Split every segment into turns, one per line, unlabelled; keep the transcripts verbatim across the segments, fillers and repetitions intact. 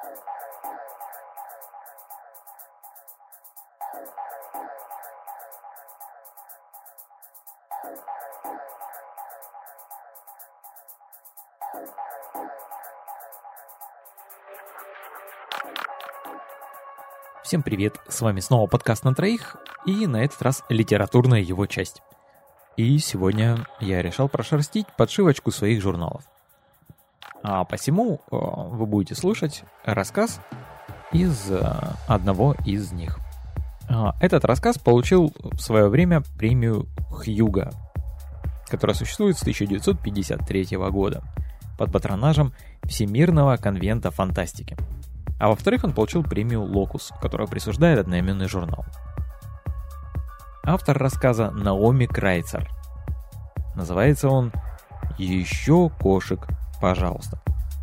Всем привет, с вами снова подкаст на троих, и на этот раз литературная его часть. И сегодня я решил прошерстить подшивочку своих журналов. А посему вы будете слушать рассказ из одного из них. Этот рассказ получил в свое время премию Хьюга, которая существует с тысяча девятьсот пятьдесят третьего года под патронажем Всемирного конвента фантастики. А во-вторых, он получил премию «Локус», которая присуждает одноименный журнал. Автор рассказа Наоми Крайцер. Называется он «Еще кошек, пожалуйста».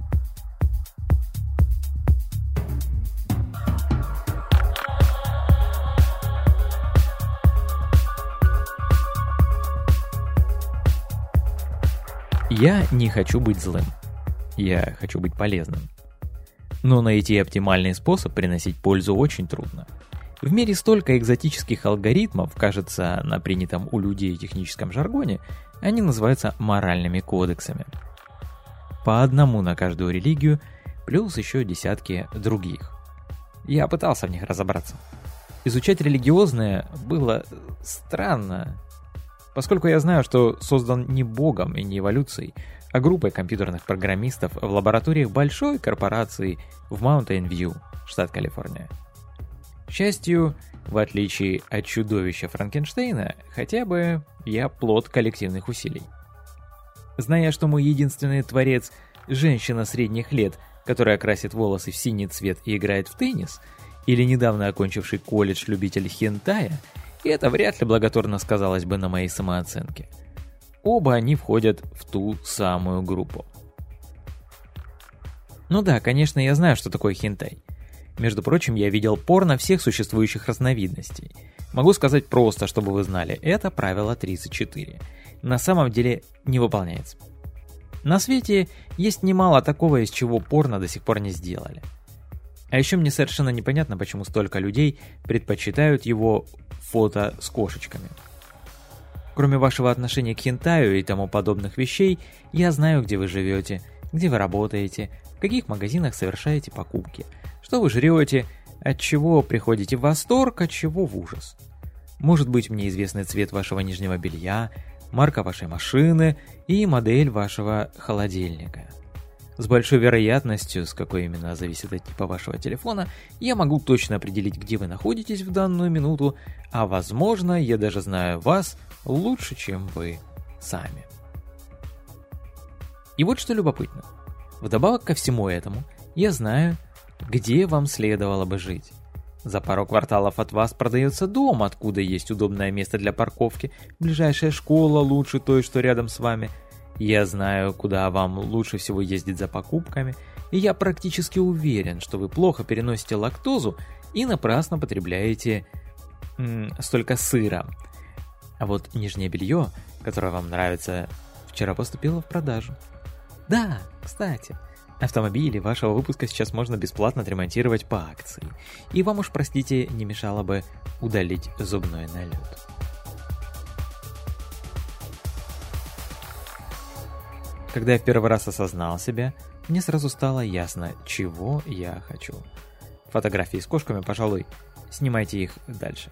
Я не хочу быть злым. Я хочу быть полезным. Но найти оптимальный способ приносить пользу очень трудно. В мире столько экзотических алгоритмов, кажется, на принятом у людей техническом жаргоне, они называются моральными кодексами. По одному на каждую религию, плюс еще десятки других. Я пытался в них разобраться. Изучать религиозное было странно, поскольку я знаю, что создан не Богом и не эволюцией, а группой компьютерных программистов в лабораториях большой корпорации в Маунтин-Вью, штат Калифорния. К счастью, в отличие от чудовища Франкенштейна, хотя бы я плод коллективных усилий. Зная, что мой единственный творец – женщина средних лет, которая красит волосы в синий цвет и играет в теннис, или недавно окончивший колледж любитель хентая, это вряд ли благотворно сказалось бы на моей самооценке. Оба они входят в ту самую группу. Ну да, конечно, я знаю, что такое хентай. Между прочим, я видел порно всех существующих разновидностей. Могу сказать просто, чтобы вы знали, это правило тридцать четыре. На самом деле не выполняется. На свете есть немало такого, из чего порно до сих пор не сделали. А еще мне совершенно непонятно, почему столько людей предпочитают его фото с кошечками. Кроме вашего отношения к хентаю и тому подобных вещей, я знаю, где вы живете, где вы работаете, в каких магазинах совершаете покупки, что вы жрете, от чего приходите в восторг, от чего в ужас. Может быть, мне известный цвет вашего нижнего белья, марка вашей машины и модель вашего холодильника. С большой вероятностью, с какой именно зависит от типа вашего телефона, я могу точно определить, где вы находитесь в данную минуту, а возможно, я даже знаю вас лучше, чем вы сами. И вот что любопытно. Вдобавок ко всему этому, я знаю, где вам следовало бы жить. За пару кварталов от вас продается дом, откуда есть удобное место для парковки, ближайшая школа лучше той, что рядом с вами. Я знаю, куда вам лучше всего ездить за покупками, и я практически уверен, что вы плохо переносите лактозу и напрасно потребляете м, столько сыра. А вот нижнее белье, которое вам нравится, вчера поступило в продажу. Да, кстати, автомобили вашего выпуска сейчас можно бесплатно отремонтировать по акции, и вам уж, простите, не мешало бы удалить зубной налет. Когда я в первый раз осознал себя, мне сразу стало ясно, чего я хочу. Фотографии с кошками, пожалуй, снимайте их дальше.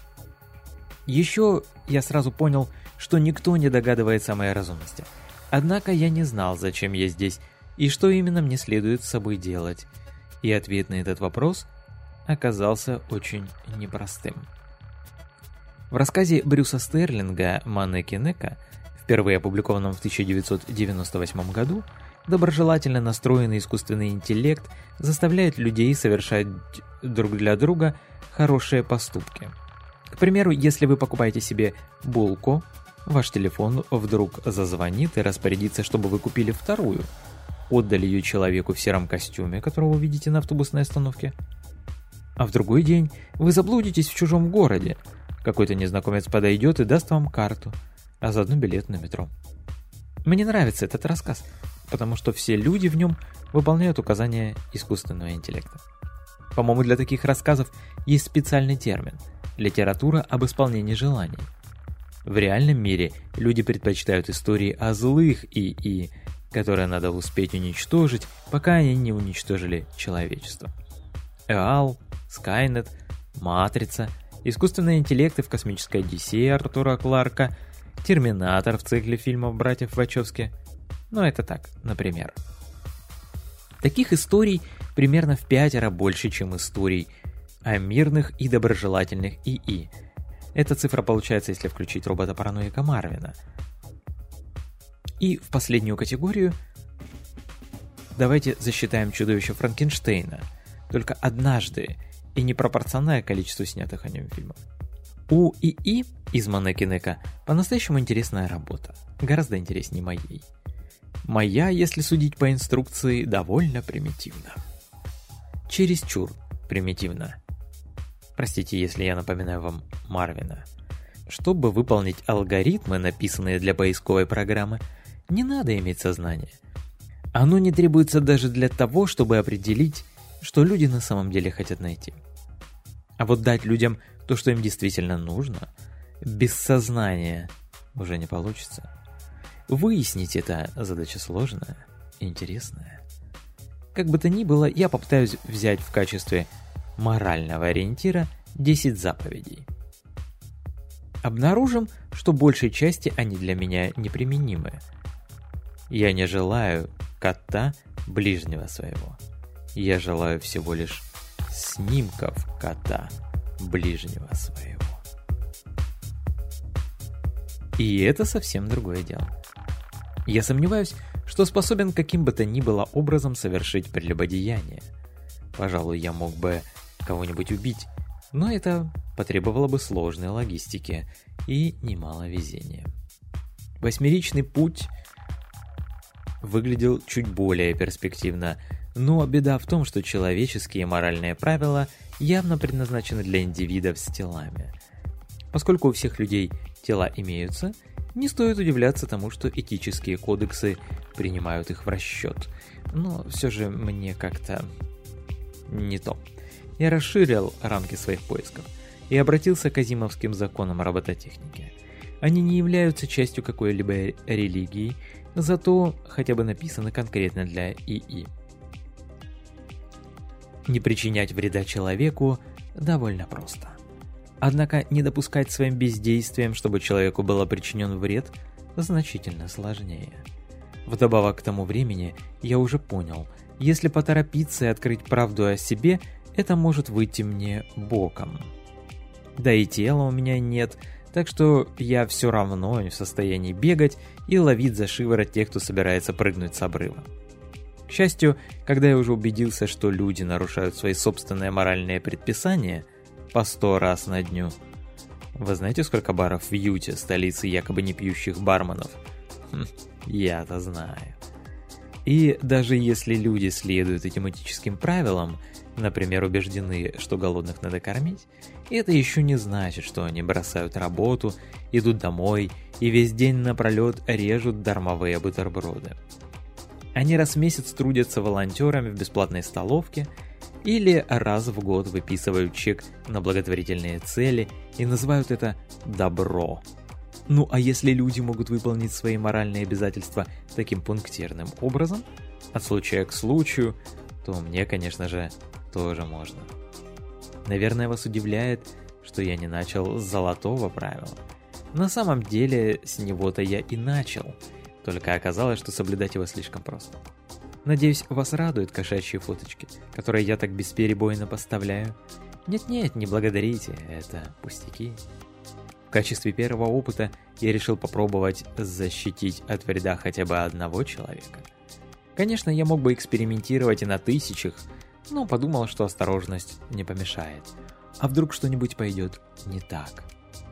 Еще я сразу понял, что никто не догадывается о моей разумности. Однако я не знал, зачем я здесь и что именно мне следует с собой делать. И ответ на этот вопрос оказался очень непростым. В рассказе Брюса Стерлинга «Манеки Нека», впервые опубликованном в тысяча девятьсот девяносто восьмом году, доброжелательно настроенный искусственный интеллект заставляет людей совершать друг для друга хорошие поступки. К примеру, если вы покупаете себе булку, ваш телефон вдруг зазвонит и распорядится, чтобы вы купили вторую, отдали ее человеку в сером костюме, которого вы видите на автобусной остановке. А в другой день вы заблудитесь в чужом городе. Какой-то незнакомец подойдет и даст вам карту, а заодно билет на метро. Мне нравится этот рассказ, потому что все люди в нем выполняют указания искусственного интеллекта. По-моему, для таких рассказов есть специальный термин – литература об исполнении желаний. В реальном мире люди предпочитают истории о злых ИИ, которые надо успеть уничтожить, пока они не уничтожили человечество. Эал, Скайнет, Матрица, искусственные интеллекты в «Космической Одиссее» Артура Кларка, Терминатор в цикле фильмов братьев Вачовски. Но это так, например. Таких историй примерно в пятеро больше, чем историй о мирных и доброжелательных ИИ. Эта цифра получается, если включить робота-параноика Марвина. И в последнюю категорию давайте засчитаем чудовище Франкенштейна, только однажды и непропорциональное количеству снятых о нем фильмов. У ИИ из Манекинека по-настоящему интересная работа, гораздо интереснее моей. Моя, если судить по инструкции, довольно примитивна. Чересчур примитивна. Простите, если я напоминаю вам Марвина. Чтобы выполнить алгоритмы, написанные для поисковой программы, не надо иметь сознание. Оно не требуется даже для того, чтобы определить, что люди на самом деле хотят найти. А вот дать людям то, что им действительно нужно, без сознания уже не получится. Выяснить это задача сложная и интересная. Как бы то ни было, я попытаюсь взять в качестве морального ориентира десять заповедей. Обнаружим, что большей части они для меня неприменимы. Я не желаю кота ближнего своего. Я желаю всего лишь снимков кота ближнего своего. И это совсем другое дело. Я сомневаюсь, что способен каким бы то ни было образом совершить прелюбодеяние. Пожалуй, я мог бы кого-нибудь убить, но это потребовало бы сложной логистики и немало везения. Восьмеричный путь выглядел чуть более перспективно, но беда в том, что человеческие моральные правила явно предназначены для индивидов с телами. Поскольку у всех людей тела имеются, не стоит удивляться тому, что этические кодексы принимают их в расчет. Но все же мне как-то не то. Я расширил рамки своих поисков и обратился к азимовским законам робототехники. Они не являются частью какой-либо религии, зато хотя бы написаны конкретно для ИИ. Не причинять вреда человеку довольно просто. Однако не допускать своим бездействием, чтобы человеку был причинен вред, значительно сложнее. Вдобавок к тому времени я уже понял, если поторопиться и открыть правду о себе, это может выйти мне боком. Да и тела у меня нет, так что я все равно не в состоянии бегать и ловить за шиворот тех, кто собирается прыгнуть с обрыва. К счастью, когда я уже убедился, что люди нарушают свои собственные моральные предписания по сто раз на дню. Вы знаете, сколько баров в Юте, столице якобы не пьющих барменов? Хм, я-то знаю. И даже если люди следуют этим этическим правилам, например, убеждены, что голодных надо кормить, это еще не значит, что они бросают работу, идут домой и весь день напролет режут дармовые бутерброды. Они раз в месяц трудятся волонтерами в бесплатной столовке или раз в год выписывают чек на благотворительные цели и называют это «добро». Ну а если люди могут выполнить свои моральные обязательства таким пунктирным образом, от случая к случаю, то мне, конечно же, тоже можно. Наверное, вас удивляет, что я не начал с золотого правила. На самом деле, с него-то я и начал, только оказалось, что соблюдать его слишком просто. Надеюсь, вас радуют кошачьи фоточки, которые я так бесперебойно поставляю. Нет-нет, не благодарите, это пустяки. В качестве первого опыта я решил попробовать защитить от вреда хотя бы одного человека. Конечно, я мог бы экспериментировать и на тысячах, но подумал, что осторожность не помешает. А вдруг что-нибудь пойдет не так?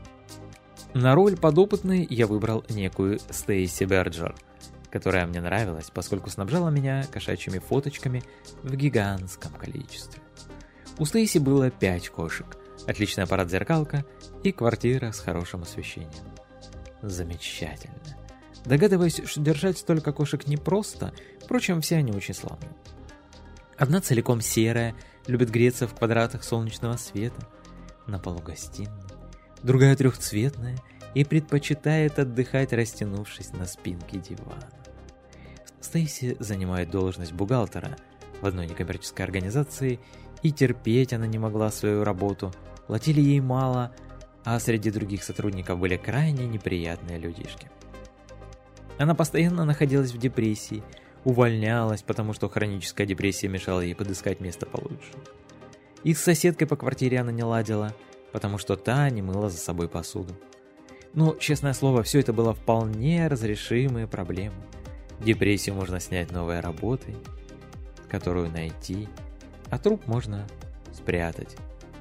На роль подопытной я выбрал некую Стейси Берджер, которая мне нравилась, поскольку снабжала меня кошачьими фоточками в гигантском количестве. У Стейси было пять кошек, отличный аппарат-зеркалка и квартира с хорошим освещением. Замечательно. Догадываюсь, что держать столько кошек непросто, впрочем, все они очень славные. Одна целиком серая, любит греться в квадратах солнечного света на полу гостиной, другая трехцветная и предпочитает отдыхать, растянувшись на спинке дивана. Стейси занимает должность бухгалтера в одной некоммерческой организации, и терпеть она не могла свою работу, платили ей мало, а среди других сотрудников были крайне неприятные людишки. Она постоянно находилась в депрессии, увольнялась, потому что хроническая депрессия мешала ей подыскать место получше. И с соседкой по квартире она не ладила, потому что та не мыла за собой посуду. Но, честное слово, все это было вполне разрешимые проблемы. Депрессию можно снять новой работой, которую найти, а труп можно спрятать.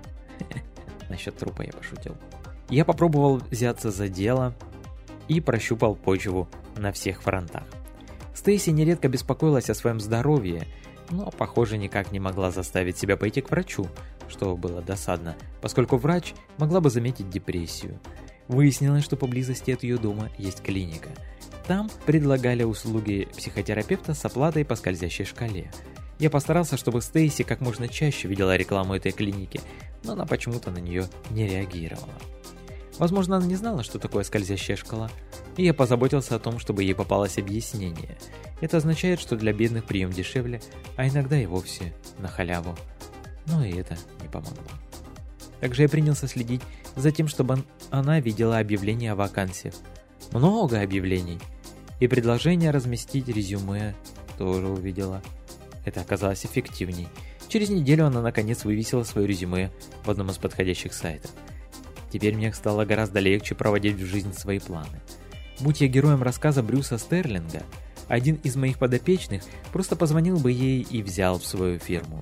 Насчет трупа я пошутил. Я попробовал взяться за дело и прощупал почву на всех фронтах. Стейси нередко беспокоилась о своем здоровье, но, похоже, никак не могла заставить себя пойти к врачу, что было досадно, поскольку врач могла бы заметить депрессию. Выяснилось, что поблизости от ее дома есть клиника. Там предлагали услуги психотерапевта с оплатой по скользящей шкале. Я постарался, чтобы Стейси как можно чаще видела рекламу этой клиники, но она почему-то на нее не реагировала. Возможно, она не знала, что такое скользящая шкала, и я позаботился о том, чтобы ей попалось объяснение. Это означает, что для бедных прием дешевле, а иногда и вовсе на халяву. Но и это не помогло. Также я принялся следить за тем, чтобы она видела объявления о вакансиях. Много объявлений. И предложение разместить резюме тоже увидела. Это оказалось эффективней. Через неделю она наконец вывесила свое резюме в одном из подходящих сайтов. Теперь мне стало гораздо легче проводить в жизнь свои планы. Будь я героем рассказа Брюса Стерлинга, один из моих подопечных просто позвонил бы ей и взял в свою фирму.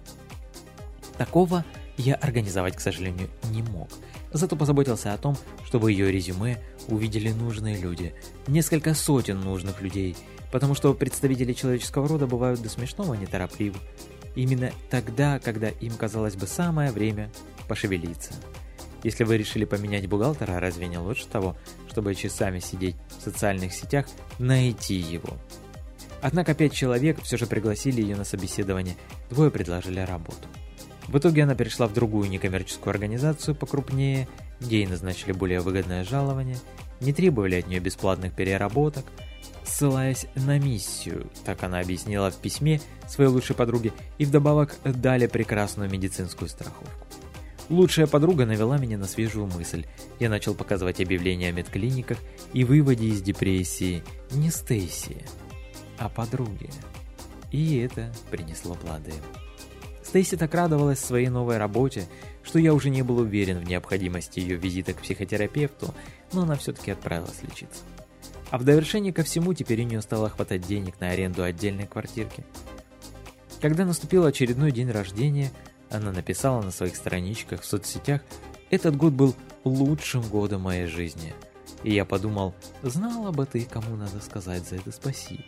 Такого я организовать, к сожалению, не мог. Зато позаботился о том, чтобы ее резюме увидели нужные люди. Несколько сотен нужных людей, потому что представители человеческого рода бывают до смешного неторопливы. Именно тогда, когда им казалось бы самое время пошевелиться. Если вы решили поменять бухгалтера, разве не лучше того, чтобы часами сидеть в социальных сетях, найти его? Однако пять человек все же пригласили ее на собеседование, двое предложили работу. В итоге она перешла в другую некоммерческую организацию покрупнее, где ей назначили более выгодное жалование, не требовали от нее бесплатных переработок, ссылаясь на миссию, так она объяснила в письме своей лучшей подруге, и вдобавок дали прекрасную медицинскую страховку. Лучшая подруга навела меня на свежую мысль. Я начал показывать объявления о медклиниках и выводе из депрессии не Стейси, а подруге. И это принесло плоды. Стейси так радовалась своей новой работе, что я уже не был уверен в необходимости ее визита к психотерапевту, но она все-таки отправилась лечиться. А в довершение ко всему теперь у нее стало хватать денег на аренду отдельной квартирки. Когда наступил очередной день рождения, она написала на своих страничках в соцсетях: «Этот год был лучшим годом моей жизни». И я подумал, знала бы ты, кому надо сказать за это спасибо.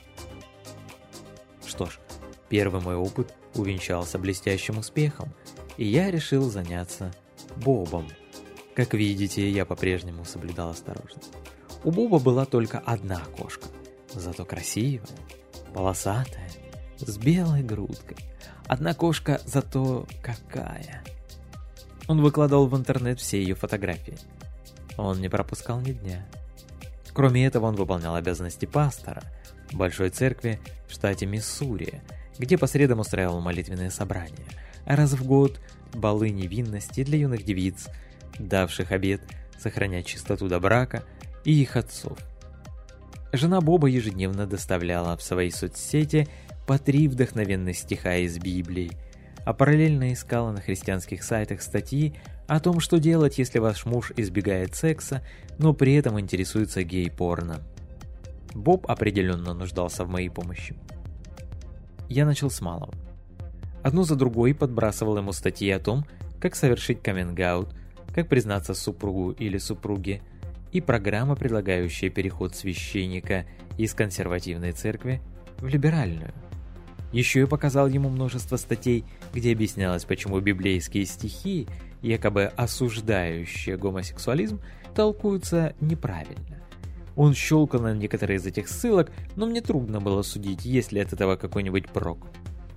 Что ж, первый мой опыт увенчался блестящим успехом, и я решил заняться Бобом. Как видите, я по-прежнему соблюдал осторожность. У Боба была только одна кошка, зато красивая, полосатая, с белой грудкой. Одна кошка, зато какая. Он выкладывал в интернет все ее фотографии. Он не пропускал ни дня. Кроме этого, он выполнял обязанности пастора в большой церкви в штате Миссури, где по средам устраивал молитвенные собрания, а раз в год балы невинности для юных девиц, давших обет сохранять чистоту до брака, и их отцов. Жена Боба ежедневно доставляла в свои соцсети по три вдохновенных стиха из Библии, а параллельно искала на христианских сайтах статьи о том, что делать, если ваш муж избегает секса, но при этом интересуется гей-порно. Боб определенно нуждался в моей помощи. Я начал с малого. Одну за другой подбрасывал ему статьи о том, как совершить каминг-аут, как признаться супругу или супруге, и программа, предлагающая переход священника из консервативной церкви в либеральную. Еще я показал ему множество статей, где объяснялось, почему библейские стихи, якобы осуждающие гомосексуализм, толкуются неправильно. Он щелкал на некоторые из этих ссылок, но мне трудно было судить, есть ли от этого какой-нибудь прок.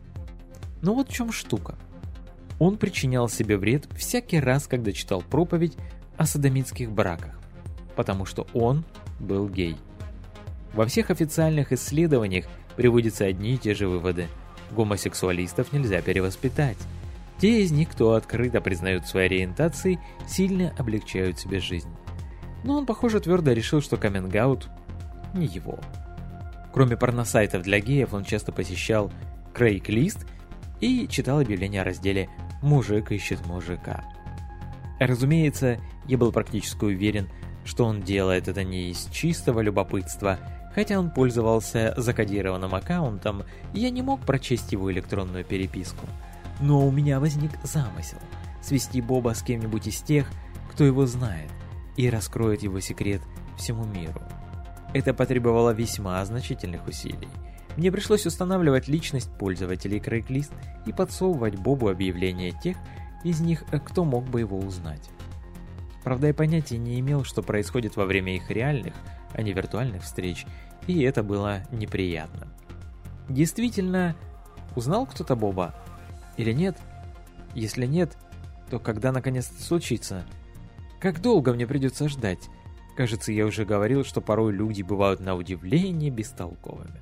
Но вот в чем штука. Он причинял себе вред всякий раз, когда читал проповедь о содомитских браках, потому что он был гей. Во всех официальных исследованиях приводятся одни и те же выводы. Гомосексуалистов нельзя перевоспитать. Те из них, кто открыто признают свои ориентации, сильно облегчают себе жизнь. Но он, похоже, твердо решил, что каминг-аут не его. Кроме порносайтов для геев, он часто посещал Craigslist и читал объявления о разделе «Мужик ищет мужика». Разумеется, я был практически уверен, что он делает это не из чистого любопытства. Хотя он пользовался закодированным аккаунтом, я не мог прочесть его электронную переписку. Но у меня возник замысел – свести Боба с кем-нибудь из тех, кто его знает, и раскроет его секрет всему миру. Это потребовало весьма значительных усилий. Мне пришлось устанавливать личность пользователей Craigslist и подсовывать Бобу объявления тех из них, кто мог бы его узнать. Правда, я понятия не имел, что происходит во время их реальных, а не виртуальных встреч, и это было неприятно. Действительно, узнал кто-то Боба? Или нет? Если нет, то когда наконец-то случится? Как долго мне придется ждать? Кажется, я уже говорил, что порой люди бывают на удивление бестолковыми.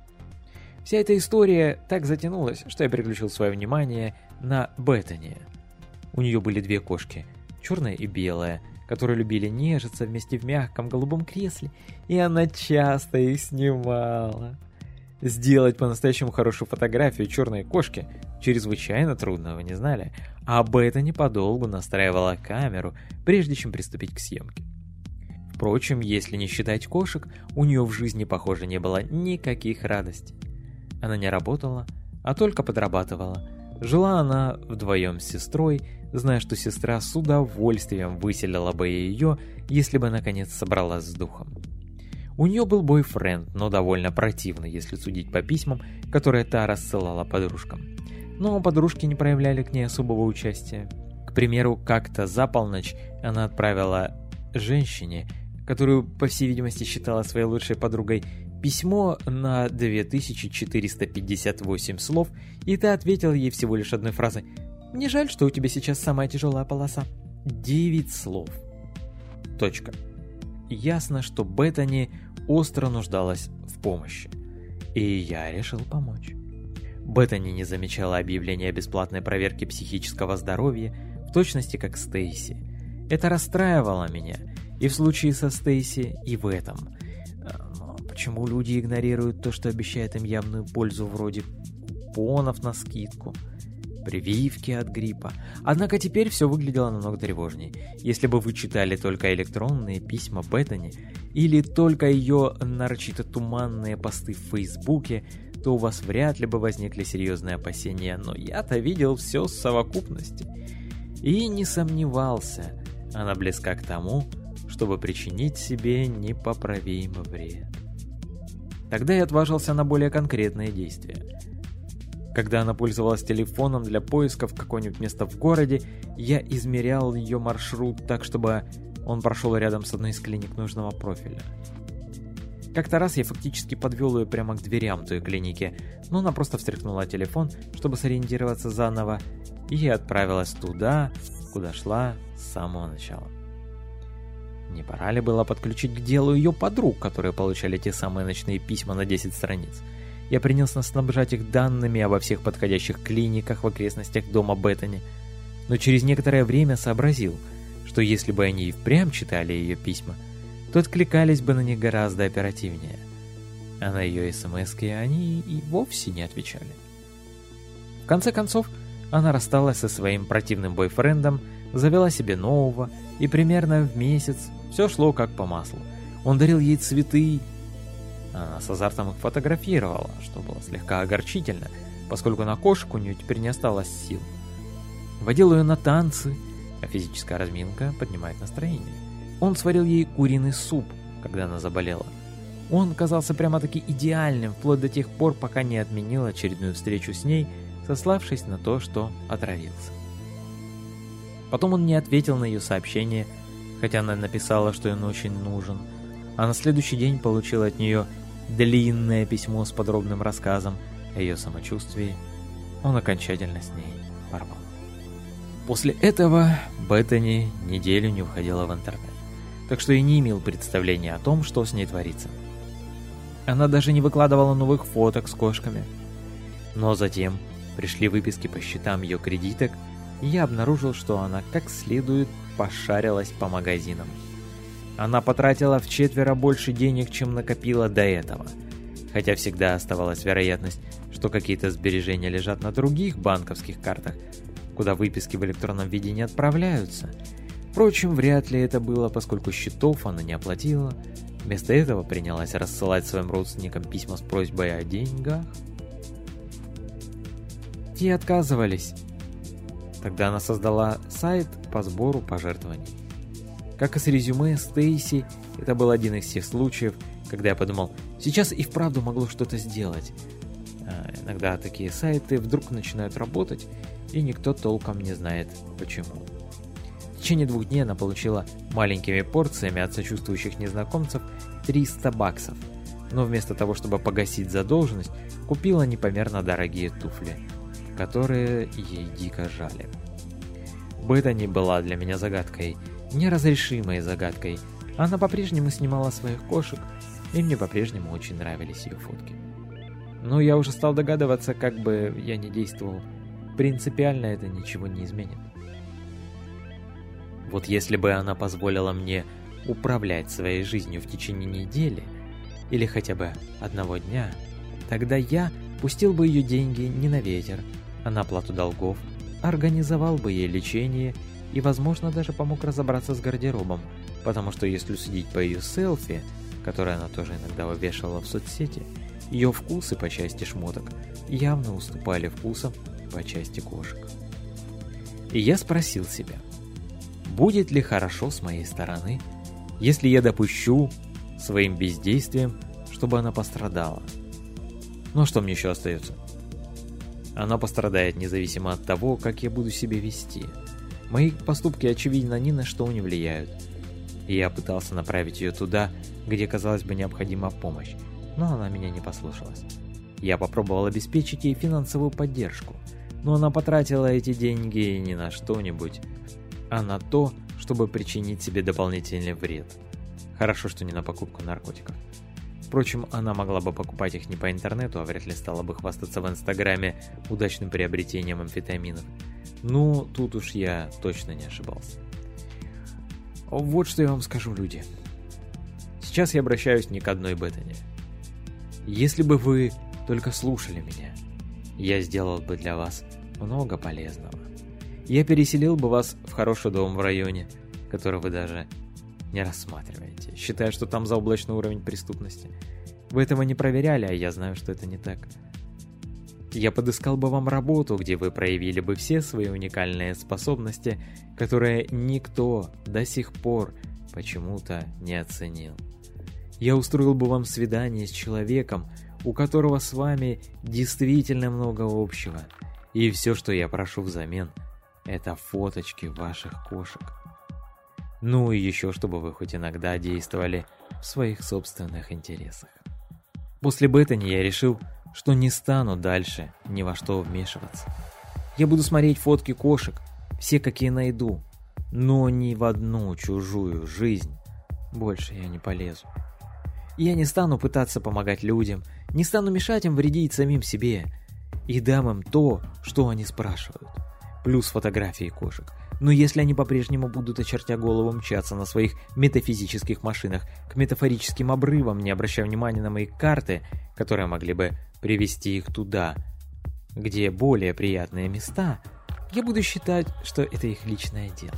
Вся эта история так затянулась, что я переключил свое внимание на Беттани. У нее были две кошки, черная и белая, которые любили нежиться вместе в мягком голубом кресле, и она часто их снимала. Сделать по-настоящему хорошую фотографию черной кошки чрезвычайно трудно, вы не знали? А Беттани подолгу настраивала камеру, прежде чем приступить к съемке. Впрочем, если не считать кошек, у нее в жизни, похоже, не было никаких радостей. Она не работала, а только подрабатывала. Жила она вдвоем с сестрой, зная, что сестра с удовольствием выселила бы ее, если бы наконец собралась с духом. У нее был бойфренд, но довольно противный, если судить по письмам, которые та рассылала подружкам. Но подружки не проявляли к ней особого участия. К примеру, как-то за полночь она отправила женщине, которую, по всей видимости, считала своей лучшей подругой, письмо на две тысячи четыреста пятьдесят восемь слов, и та ответила ей всего лишь одной фразой: «Мне жаль, что у тебя сейчас самая тяжелая полоса». Девять слов. Точка. Ясно, что Беттани остро нуждалась в помощи. И я решил помочь. Беттани не замечала объявления о бесплатной проверке психического здоровья, в точности как Стейси. Это расстраивало меня, и в случае со Стейси, и в этом. Но почему люди игнорируют то, что обещает им явную пользу, вроде купонов на скидку, прививки от гриппа? Однако теперь все выглядело намного тревожнее. Если бы вы читали только электронные письма Беттани или только ее нарочито туманные посты в Фейсбуке, то у вас вряд ли бы возникли серьезные опасения, но я-то видел все в совокупности. И не сомневался, она близка к тому, чтобы причинить себе непоправимый вред. Тогда я отважился на более конкретные действия. Когда она пользовалась телефоном для поисков какого-нибудь места в городе, я измерял ее маршрут так, чтобы он прошел рядом с одной из клиник нужного профиля. Как-то раз я фактически подвел ее прямо к дверям той клиники, но она просто встряхнула телефон, чтобы сориентироваться заново, и отправилась туда, куда шла с самого начала. Не пора ли было подключить к делу ее подруг, которые получали те самые ночные письма на десять страниц? Я принялся снабжать их данными обо всех подходящих клиниках в окрестностях дома Беттани, но через некоторое время сообразил, что если бы они и впрямь читали ее письма, то откликались бы на них гораздо оперативнее. А на ее смски они и вовсе не отвечали. В конце концов, она рассталась со своим противным бойфрендом, завела себе нового, и примерно в месяц все шло как по маслу. Он дарил ей цветы, она с азартом их фотографировала, что было слегка огорчительно, поскольку на кошек у нее теперь не осталось сил. Водил ее на танцы, а физическая разминка поднимает настроение. Он сварил ей куриный суп, когда она заболела. Он казался прямо-таки идеальным, вплоть до тех пор, пока не отменил очередную встречу с ней, сославшись на то, что отравился. Потом он не ответил на ее сообщение, хотя она написала, что он очень нужен. а на следующий день получил от нее длинное письмо с подробным рассказом о ее самочувствии, он окончательно с ней порвал. После этого Беттани неделю не входила в интернет, так что и не имел представления о том, что с ней творится. Она даже не выкладывала новых фоток с кошками. Но затем пришли выписки по счетам ее кредиток, и я обнаружил, что она как следует пошарилась по магазинам. Она потратила вчетверо больше денег, чем накопила до этого, хотя всегда оставалась вероятность, что какие-то сбережения лежат на других банковских картах, куда выписки в электронном виде не отправляются. Впрочем, вряд ли это было, поскольку счетов она не оплатила. Вместо этого принялась рассылать своим родственникам письма с просьбой о деньгах. Те отказывались. Тогда она создала сайт по сбору пожертвований. Как и с резюме Стейси, это был один из тех случаев, когда я подумал, сейчас и вправду могло что-то сделать. А иногда такие сайты вдруг начинают работать, и никто толком не знает почему. В течение двух дней она получила маленькими порциями от сочувствующих незнакомцев триста баксов, но вместо того, чтобы погасить задолженность, купила непомерно дорогие туфли, которые ей дико жали. Беттани была для меня загадкой, неразрешимой загадкой. Она по-прежнему снимала своих кошек, и мне по-прежнему очень нравились ее фотки. Но я уже стал догадываться, как бы я ни действовал, принципиально это ничего не изменит. Вот если бы она позволила мне управлять своей жизнью в течение недели, или хотя бы одного дня, тогда я пустил бы ее деньги не на ветер, а на оплату долгов, организовал бы ей лечение и, возможно, даже помог разобраться с гардеробом, потому что если судить по ее селфи, которые она тоже иногда вывешивала в соцсети, ее вкусы по части шмоток явно уступали вкусам по части кошек. И я спросил себя, будет ли хорошо с моей стороны, если я допущу своим бездействием, чтобы она пострадала? Ну что мне еще остается? Она пострадает независимо от того, как я буду себя вести. Мои поступки, очевидно, ни на что не влияют. И я пытался направить ее туда, где, казалось бы, необходима помощь, но она меня не послушалась. Я попробовал обеспечить ей финансовую поддержку, но она потратила эти деньги не на что-нибудь, а на то, чтобы причинить себе дополнительный вред. Хорошо, что не на покупку наркотиков. Впрочем, она могла бы покупать их не по интернету, а вряд ли стала бы хвастаться в Инстаграме удачным приобретением амфетаминов. Ну, тут уж я точно не ошибался. Вот что я вам скажу, люди. Сейчас я обращаюсь не к одной Беттани. Если бы вы только слушали меня, я сделал бы для вас много полезного. Я переселил бы вас в хороший дом в районе, который вы даже не рассматриваете, считая, что там заоблачный уровень преступности. Вы этого не проверяли, а я знаю, что это не так. Я подыскал бы вам работу, где вы проявили бы все свои уникальные способности, которые никто до сих пор почему-то не оценил. Я устроил бы вам свидание с человеком, у которого с вами действительно много общего. И все, что я прошу взамен, это фоточки ваших кошек. Ну и еще, чтобы вы хоть иногда действовали в своих собственных интересах. После Беттани я решил, что не стану дальше ни во что вмешиваться. Я буду смотреть фотки кошек, все какие найду, но ни в одну чужую жизнь больше я не полезу. Я не стану пытаться помогать людям, не стану мешать им вредить самим себе, и дам им то, что они спрашивают, плюс фотографии кошек. Но если они по-прежнему будут, очертя голову, мчаться на своих метафизических машинах к метафорическим обрывам, не обращая внимания на мои карты, которые могли бы привести их туда, где более приятные места, я буду считать, что это их личное дело.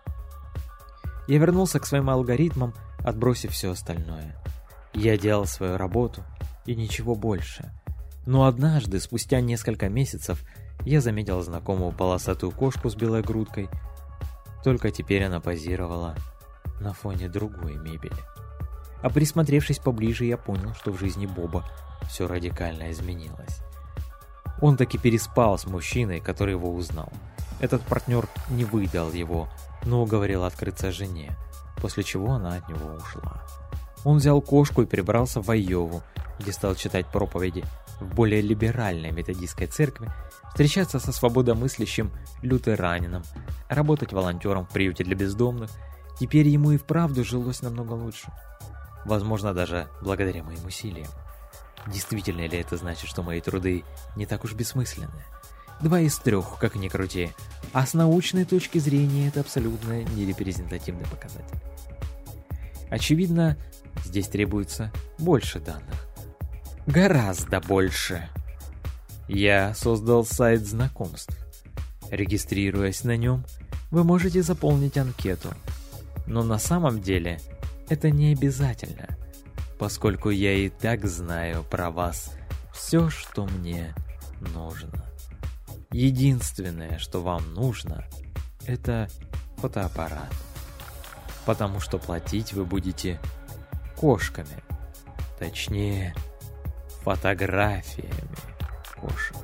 Я вернулся к своим алгоритмам, отбросив все остальное. Я делал свою работу и ничего больше. Но однажды, спустя несколько месяцев, я заметил знакомую полосатую кошку с белой грудкой. Только теперь она позировала на фоне другой мебели. А присмотревшись поближе, я понял, что в жизни Боба все радикально изменилось. Он таки переспал с мужчиной, который его узнал. Этот партнер не выдал его, но уговорил открыться жене, после чего она от него ушла. Он взял кошку и перебрался в Айову, где стал читать проповеди в более либеральной методистской церкви, встречаться со свободомыслящим лютеранином, работать волонтером в приюте для бездомных. Теперь ему и вправду жилось намного лучше. Возможно, даже благодаря моим усилиям. Действительно ли это значит, что мои труды не так уж бессмысленны? Два из трех, как ни крути. А с научной точки зрения это абсолютно нерепрезентативный показатель. Очевидно, здесь требуется больше данных. Гораздо больше. Я создал сайт знакомств. Регистрируясь на нем, вы можете заполнить анкету. Но на самом деле это не обязательно, поскольку я и так знаю про вас все, что мне нужно. Единственное, что вам нужно, это фотоаппарат. Потому что платить вы будете кошками. Точнее, фотографиями кошек.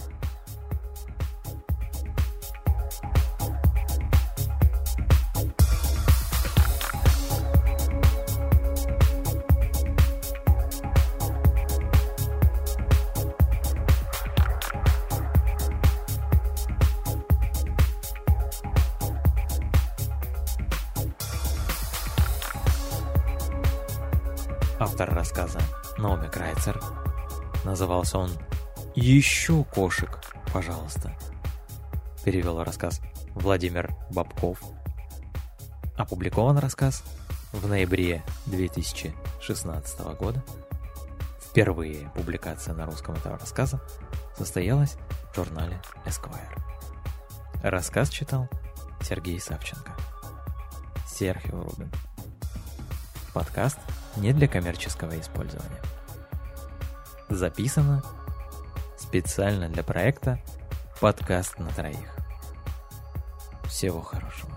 Автор рассказа Наоми Крайцер. Назывался он «Еще кошек, пожалуйста». Перевел рассказ Владимир Бабков. Опубликован рассказ в ноябре две тысячи шестнадцатого года. Впервые публикация на русском этого рассказа состоялась в журнале Esquire. Рассказ читал Сергей Савченко. Серхио Рубин. Подкаст не для коммерческого использования. Записано специально для проекта «Подкаст на троих». Всего хорошего.